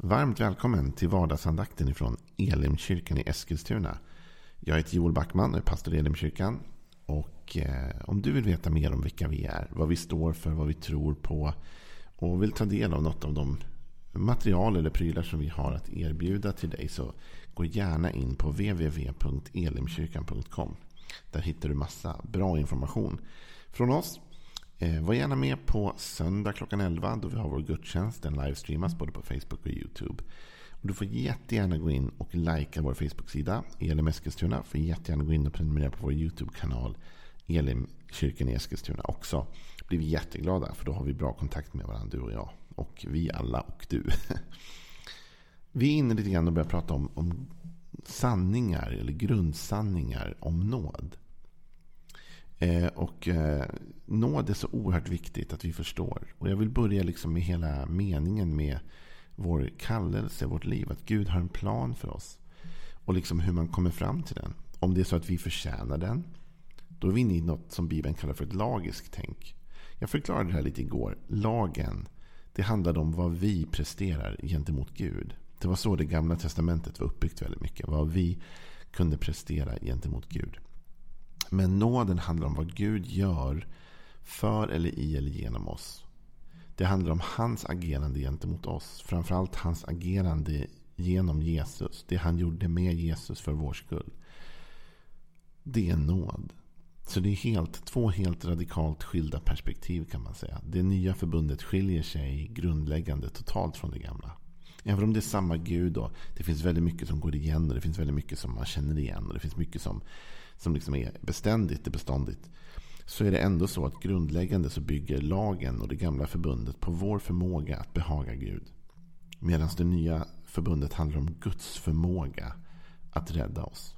Varmt välkommen till vardagsandakten ifrån Elimkyrkan i Eskilstuna. Jag heter Joel Backman och är pastor i Elimkyrkan. Och om du vill veta mer om vilka vi är, vad vi står för, vad vi tror på och vill ta del av något av de material eller prylar som vi har att erbjuda till dig, så gå gärna in på www.elimkyrkan.com. Där hittar du massa bra information från oss. Var gärna med på söndag klockan 11 då vi har vår gudstjänst. Den livestreamas både på Facebook och YouTube. Och du får jättegärna gå in och likea vår Facebook-sida Elim Eskilstuna. Får jättegärna gå in och prenumerera på vår YouTube-kanal Elimkyrkan i Eskilstuna också. Blir vi jätteglada, för då har vi bra kontakt med varandra, du och jag. Och vi alla och du. Vi är inne lite grann och börjar prata om sanningar eller grundsanningar om nåd. Nåd är så oerhört viktigt att vi förstår. Och jag vill börja liksom med hela meningen med vår kallelse, vårt liv. Att Gud har en plan för oss. Och liksom hur man kommer fram till den. Om det är så att vi förtjänar den, då är vi inne i något som Bibeln kallar för ett lagiskt tänk. Jag förklarade det här lite igår. Lagen, det handlade om vad vi presterar gentemot Gud. Det var så det gamla testamentet var uppbyggt väldigt mycket. Vad vi kunde prestera gentemot Gud. Men nåden handlar om vad Gud gör för eller i eller genom oss. Det handlar om hans agerande gentemot oss. Framförallt hans agerande genom Jesus. Det han gjorde med Jesus för vår skull. Det är nåd. Så det är två helt radikalt skilda perspektiv, kan man säga. Det nya förbundet skiljer sig grundläggande totalt från det gamla. Även om det är samma Gud och det finns väldigt mycket som går igen och det finns väldigt mycket som man känner igen och det finns mycket som liksom är beståndigt, så är det ändå så att grundläggande så bygger lagen och det gamla förbundet på vår förmåga att behaga Gud. Medan det nya förbundet handlar om Guds förmåga att rädda oss.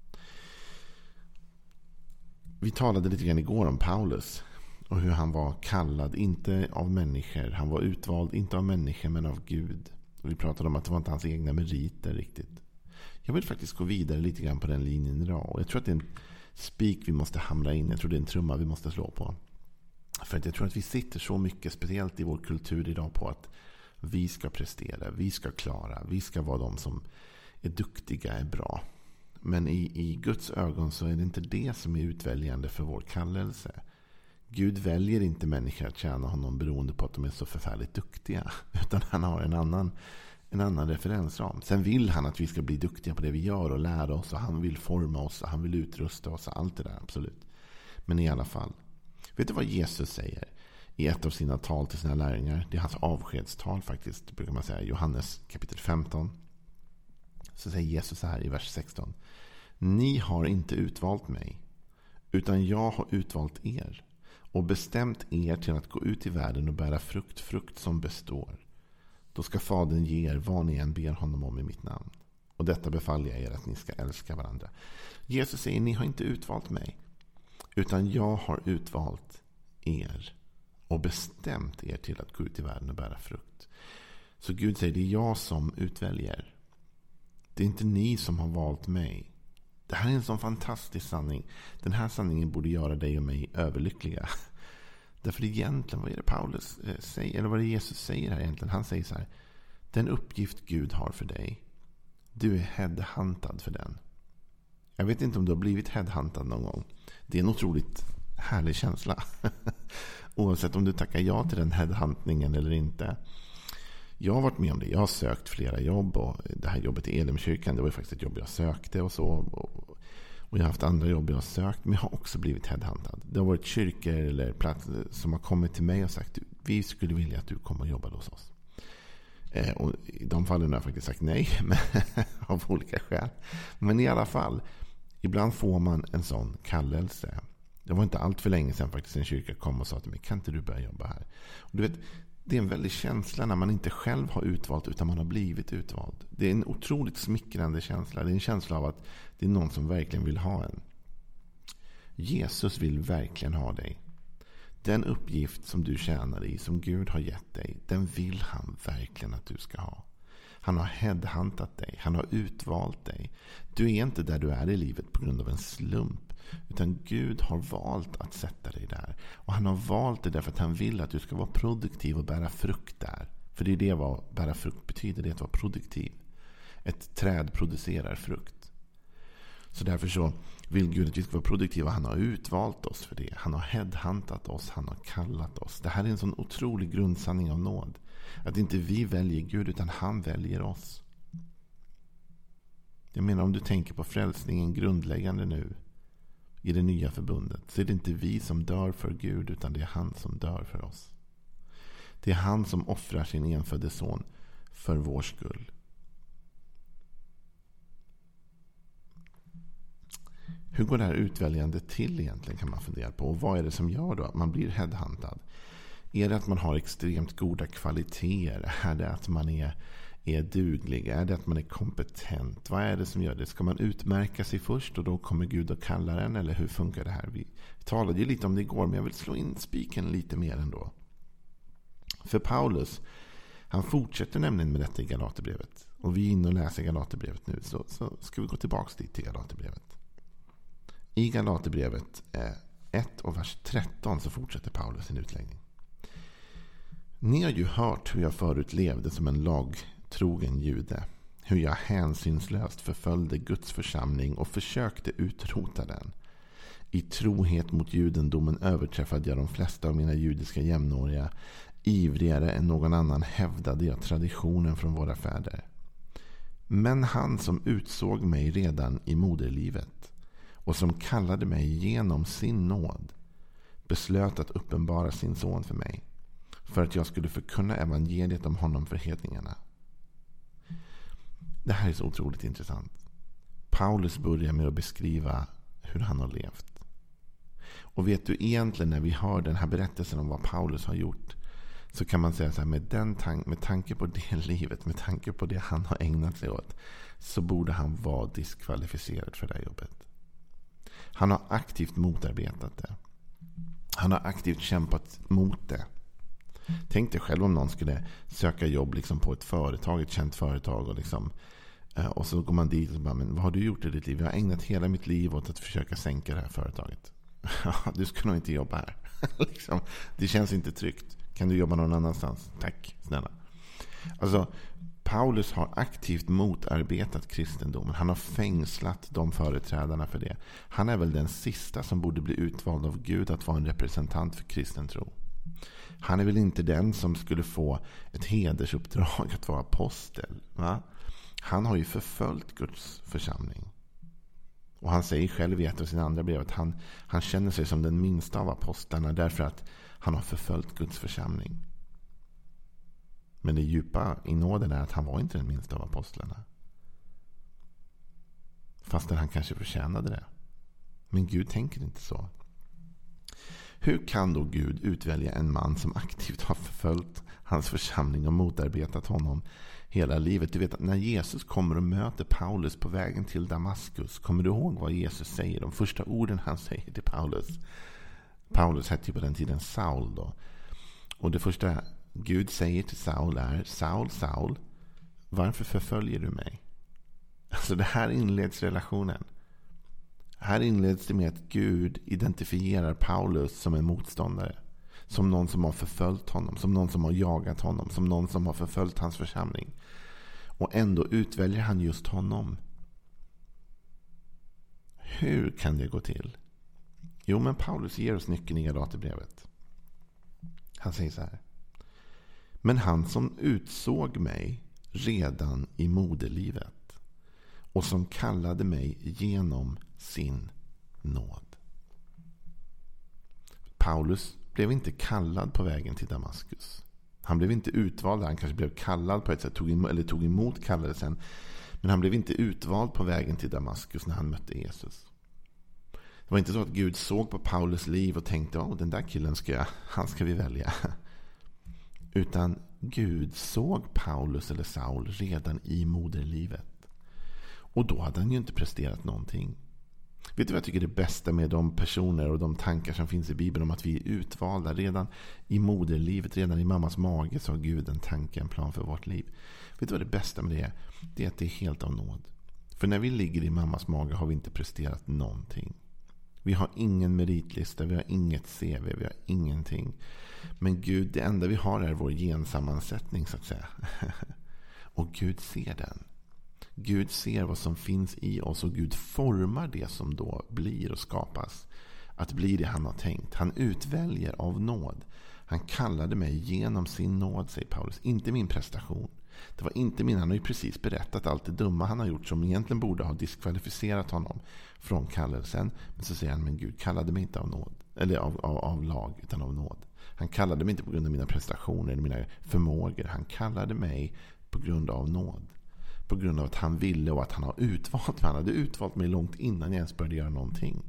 Vi talade lite grann igår om Paulus och hur han var kallad, inte av människor. Han var utvald, inte av människor, men av Gud. Och vi pratade om att det var inte hans egna meriter riktigt. Jag vill faktiskt gå vidare lite grann på den linjen idag. Och jag tror att det är en spik vi måste hamra in. Jag tror det är en trumma vi måste slå på. För att jag tror att vi sitter så mycket, speciellt i vår kultur idag, på att vi ska prestera, vi ska klara, vi ska vara de som är duktiga, är bra. Men i Guds ögon så är det inte det som är utväljande för vår kallelse. Gud väljer inte människor att tjäna honom beroende på att de är så förfärligt duktiga. Utan han har en annan referensram. Sen vill han att vi ska bli duktiga på det vi gör och lära oss. Och han vill forma oss och han vill utrusta oss och allt det där, absolut. Men i alla fall. Vet du vad Jesus säger i ett av sina tal till sina lärjungar? Det är hans avskedstal faktiskt, brukar man säga. Johannes kapitel 15. Så säger Jesus så här i vers 16. Ni har inte utvalt mig, utan jag har utvalt er. Och bestämt er till att gå ut i världen och bära frukt som består. Då ska Fadern ge er vad ni än ber honom om i mitt namn. Och detta befaller jag er, att ni ska älska varandra. Jesus säger, ni har inte utvalt mig, utan jag har utvalt er. Och bestämt er till att gå ut i världen och bära frukt. Så Gud säger, det är jag som utväljer. Det är inte ni som har valt mig. Det här är en sån fantastisk sanning. Den här sanningen borde göra dig och mig överlyckliga. Därför egentligen, vad är det Paulus säger, eller vad är det Jesus säger här egentligen? Han säger så här: den uppgift Gud har för dig, du är headhuntad för den. Jag vet inte om du har blivit headhuntad någon gång. Det är en otroligt härlig känsla. Oavsett om du tackar ja till den headhuntningen eller inte. Jag har varit med om det. Jag har sökt flera jobb, och det här jobbet i Elimkyrkan, det var ju faktiskt ett jobb jag sökte och så. Och jag har haft andra jobb jag har sökt, men jag har också blivit headhuntad. Det har varit kyrkor eller platser som har kommit till mig och sagt, vi skulle vilja att du kommer och jobbar hos oss. Och i de fallen har jag faktiskt sagt nej, av olika skäl. Men i alla fall, ibland får man en sån kallelse. Det var inte allt för länge sedan faktiskt en kyrka kom och sa till mig, kan inte du börja jobba här? Och du vet, det är en väldig känsla när man inte själv har utvalt, utan man har blivit utvald. Det är en otroligt smickrande känsla. Det är en känsla av att det är någon som verkligen vill ha en. Jesus vill verkligen ha dig. Den uppgift som du tjänar i, som Gud har gett dig, den vill han verkligen att du ska ha. Han har headhuntat dig. Han har utvalt dig. Du är inte där du är i livet på grund av en slump. Utan Gud har valt att sätta dig där. Och han har valt det därför att han vill att du ska vara produktiv och bära frukt där. För det är det vad bära frukt betyder, det är att vara produktiv. Ett träd producerar frukt. Så därför så vill Gud att vi ska vara produktiva. Han har utvalt oss för det. Han har headhuntat oss. Han har kallat oss. Det här är en sån otrolig grundsanning av nåd. Att inte vi väljer Gud utan han väljer oss. Jag menar, om du tänker på frälsningen grundläggande nu i det nya förbundet, så är det inte vi som dör för Gud utan det är han som dör för oss. Det är han som offrar sin enfödde son för vår skull. Hur går det här utväljandet till egentligen, kan man fundera på. Och vad är det som gör då att man blir headhuntad? Är det att man har extremt goda kvaliteter? Är det att man är duglig? Är det att man är kompetent? Vad är det som gör det? Ska man utmärka sig först och då kommer Gud och kallar en? Eller hur funkar det här? Vi talade ju lite om det igår, men jag vill slå in spiken lite mer ändå. För Paulus, han fortsätter nämligen med detta i Galaterbrevet. Och vi är inne och läser Galaterbrevet nu. Så ska vi gå tillbaka dit till Galaterbrevet. I Galaterbrevet 1 och vers 13 så fortsätter Paulus sin utläggning. Ni har ju hört hur jag förut levde som en lagtrogen jude. Hur jag hänsynslöst förföljde Guds församling och försökte utrota den. I trohet mot judendomen överträffade jag de flesta av mina judiska jämnåriga. Ivrigare än någon annan hävdade jag traditionen från våra fäder. Men han som utsåg mig redan i moderlivet och som kallade mig genom sin nåd beslöt att uppenbara sin son för mig, för att jag skulle förkunna evangeliet om honom för hedningarna. Det här är så otroligt intressant. Paulus börjar med att beskriva hur han har levt. Och vet du, egentligen när vi hör den här berättelsen om vad Paulus har gjort, så kan man säga så här, med tanke på det livet, med tanke på det han har ägnat sig åt, så borde han vara diskvalificerad för det här jobbet. Han har aktivt motarbetat det. Han har aktivt kämpat mot det. Tänk dig själv om någon skulle söka jobb liksom på ett företag, ett känt företag, och så går man dit och så bara, men vad har du gjort i ditt liv? Jag har ägnat hela mitt liv åt att försöka sänka det här företaget. Du ska nog inte jobba här. Det känns inte tryggt. Kan du jobba någon annanstans? Tack, snälla. Alltså, Paulus har aktivt motarbetat kristendomen. Han har fängslat de företrädarna för det. Han är väl den sista som borde bli utvald av Gud att vara en representant för kristen tro. Han är väl inte den som skulle få ett hedersuppdrag att vara apostel. Va? Han har ju förföljt Guds församling. Och han säger själv i ett av sina andra brev att han känner sig som den minsta av apostlarna därför att han har förföljt Guds församling. Men det djupa i nåden är att han var inte den minsta av apostlarna. Fastän han kanske förtjänade det. Men Gud tänker inte så. Hur kan då Gud utvälja en man som aktivt har förföljt hans församling och motarbetat honom hela livet? Du vet att när Jesus kommer och möter Paulus på vägen till Damaskus, kommer du ihåg vad Jesus säger? De första orden han säger till Paulus. Paulus hette ju på den tiden Saul då. Och det första Gud säger till Saul är: Saul, Saul, varför förföljer du mig? Alltså det här inleds relationen. Här inleds det med att Gud identifierar Paulus som en motståndare. Som någon som har förföljt honom. Som någon som har jagat honom. Som någon som har förföljt hans församling. Och ändå utväljer han just honom. Hur kan det gå till? Jo, men Paulus ger oss nyckeln i Galaterbrevet. Han säger så här: men han som utsåg mig redan i moderlivet och som kallade mig genom sin nåd. Paulus blev inte kallad på vägen till Damaskus. Han blev inte utvald. Han kanske blev kallad på ett sätt, tog emot kallelsen. Men han blev inte utvald på vägen till Damaskus när han mötte Jesus. Det var inte så att Gud såg på Paulus liv och tänkte: den där killen han ska vi välja. Utan Gud såg Paulus eller Saul redan i moderlivet. Och då hade han ju inte presterat någonting. Vet du vad jag tycker är det bästa med de personer och de tankar som finns i Bibeln om att vi är utvalda redan i moderlivet, redan i mammas mage, så har Gud en tanke, en plan för vårt liv. Vet du vad det bästa med det är? Det är att det är helt av nåd. För när vi ligger i mammas mage har vi inte presterat någonting. Vi har ingen meritlista, vi har inget CV, vi har ingenting. Men Gud, det enda vi har är vår gensammansättning så att säga. Och Gud ser den. Gud ser vad som finns i oss och Gud formar det som då blir och skapas. Att bli det han har tänkt. Han utväljer av nåd. Han kallade mig genom sin nåd, säger Paulus. Inte min prestation. Det var inte min, han har ju precis berättat allt det dumma han har gjort som egentligen borde ha diskvalificerat honom från kallelsen. Men så säger han, men Gud kallade mig inte av nåd, eller av lag, utan av nåd. Han kallade mig inte på grund av mina prestationer eller mina förmågor. Han kallade mig på grund av nåd. På grund av att han ville och att han har utvalt mig. Han hade utvalt mig långt innan jag ens började göra någonting.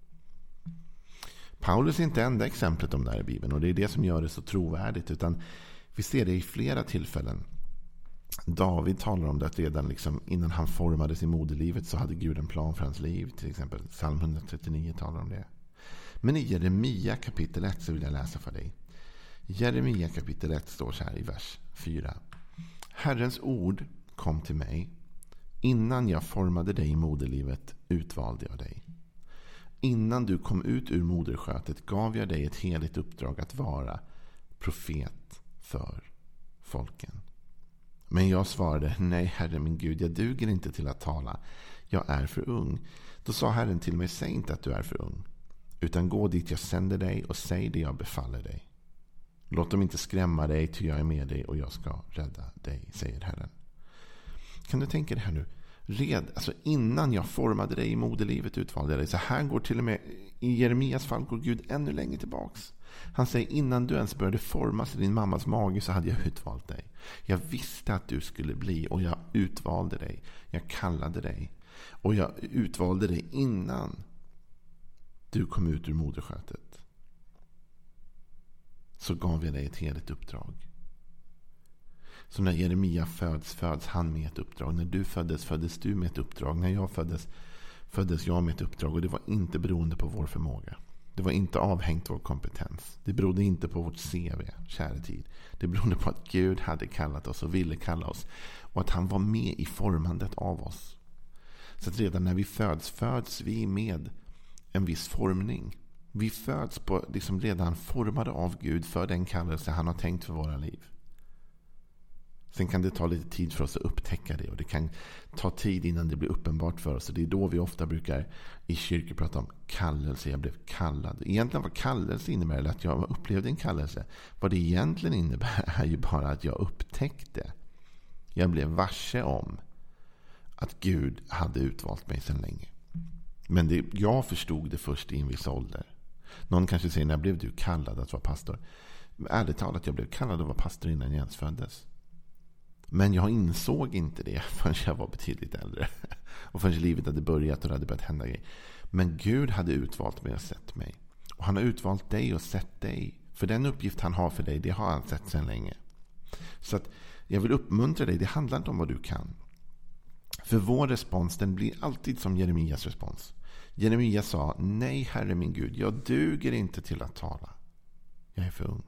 Paulus är inte enda exemplet om det här i Bibeln. Och det är det som gör det så trovärdigt. Utan vi ser det i flera tillfällen. David talar om det att redan liksom innan han formades i moderlivet så hade Gud en plan för hans liv. Till exempel Psalm 139 talar om det. Men i Jeremia kapitel 1 så vill jag läsa för dig. Jeremia kapitel 1 står så här i vers 4. Herrens ord kom till mig. Innan jag formade dig i moderlivet utvalde jag dig. Innan du kom ut ur moderskötet gav jag dig ett heligt uppdrag att vara profet för folken. Men jag svarade, nej Herre min Gud, jag duger inte till att tala. Jag är för ung. Då sa Herren till mig, säg inte att du är för ung. Utan gå dit jag sänder dig och säg det jag befaller dig. Låt dem inte skrämma dig, ty jag är med dig och jag ska rädda dig, säger Herren. Kan du tänka dig här nu? Alltså innan jag formade dig i moderlivet utvalde jag dig. Så här går till och med, i Jeremias fall går Gud ännu längre tillbaks. Han säger, innan du ens började formas i din mammas mage så hade jag utvalt dig. Jag visste att du skulle bli och jag utvalde dig. Jag kallade dig. Och jag utvalde dig innan du kom ut ur moderskötet. Så gav jag dig ett heligt uppdrag. Så när Jeremia föds han med ett uppdrag. När du föddes du med ett uppdrag. När jag föddes jag med ett uppdrag. Och det var inte beroende på vår förmåga. Det var inte avhängt vår kompetens. Det berodde inte på vårt CV, kära tid. Det berodde på att Gud hade kallat oss och ville kalla oss. Och att han var med i formandet av oss. Så att redan när vi föds vi med en viss formning. Vi föds på liksom redan formade av Gud för den kallelse han har tänkt för våra liv. Sen kan det ta lite tid för oss att upptäcka det. Och det kan ta tid innan det blir uppenbart för oss. Och det är då vi ofta brukar i kyrkor prata om kallelse. Jag blev kallad. Egentligen vad kallelse innebär, eller att jag upplevde en kallelse. Vad det egentligen innebär är ju bara att jag upptäckte. Jag blev varse om att Gud hade utvalt mig sedan länge. Men jag förstod det först i en viss ålder. Någon kanske säger, när blev du kallad att vara pastor? Ärligt talat, jag blev kallad att vara pastor innan jag ens föddes. Men jag insåg inte det förrän jag var betydligt äldre. Och förrän livet hade börjat och det hade börjat hända grejer. Men Gud hade utvalt mig och sett mig. Och han har utvalt dig och sett dig. För den uppgift han har för dig, det har han sett sedan länge. Så att jag vill uppmuntra dig, det handlar inte om vad du kan. För vår respons, den blir alltid som Jeremias respons. Jeremia sa, nej Herre min Gud, jag duger inte till att tala. Jag är för ung.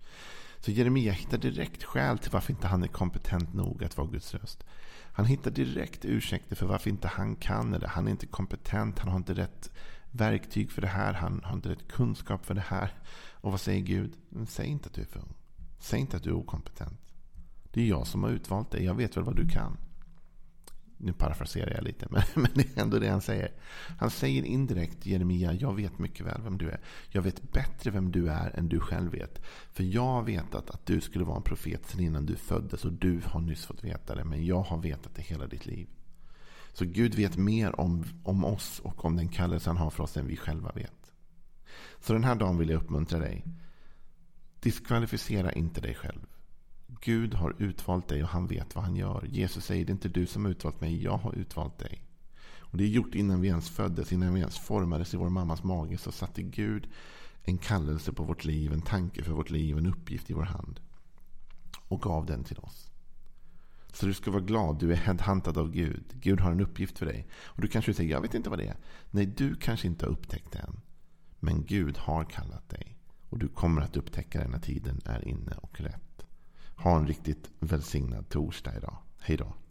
Så Jeremia hittar direkt skäl till varför inte han är kompetent nog att vara Guds röst. Han hittar direkt ursäkter för varför inte han kan, eller han är inte kompetent, han har inte rätt verktyg för det här, han har inte rätt kunskap för det här. Och vad säger Gud? Säg inte att du är för ung. Säg inte att du är okompetent. Det är jag som har utvalt dig, jag vet väl vad du kan. Nu parafraserar jag lite, men det är ändå det han säger. Han säger indirekt, Jeremia, jag vet mycket väl vem du är. Jag vet bättre vem du är än du själv vet. För jag har vetat att du skulle vara en profet sedan innan du föddes, och du har nyss fått veta det. Men jag har vetat det hela ditt liv. Så Gud vet mer om oss och om den kallelse han har för oss än vi själva vet. Så den här dagen vill jag uppmuntra dig. Diskvalificera inte dig själv. Gud har utvalt dig och han vet vad han gör. Jesus säger, det är inte du som har utvalt mig, jag har utvalt dig. Och det är gjort innan vi ens föddes, innan vi ens formades i vår mammas mage, så satte Gud en kallelse på vårt liv, en tanke för vårt liv, en uppgift i vår hand. Och gav den till oss. Så du ska vara glad, du är headhuntad av Gud. Gud har en uppgift för dig. Och du kanske säger, jag vet inte vad det är. Nej, du kanske inte har upptäckt det än. Men Gud har kallat dig. Och du kommer att upptäcka det när tiden är inne och rätt. Ha en riktigt välsignad torsdag idag. Hej då.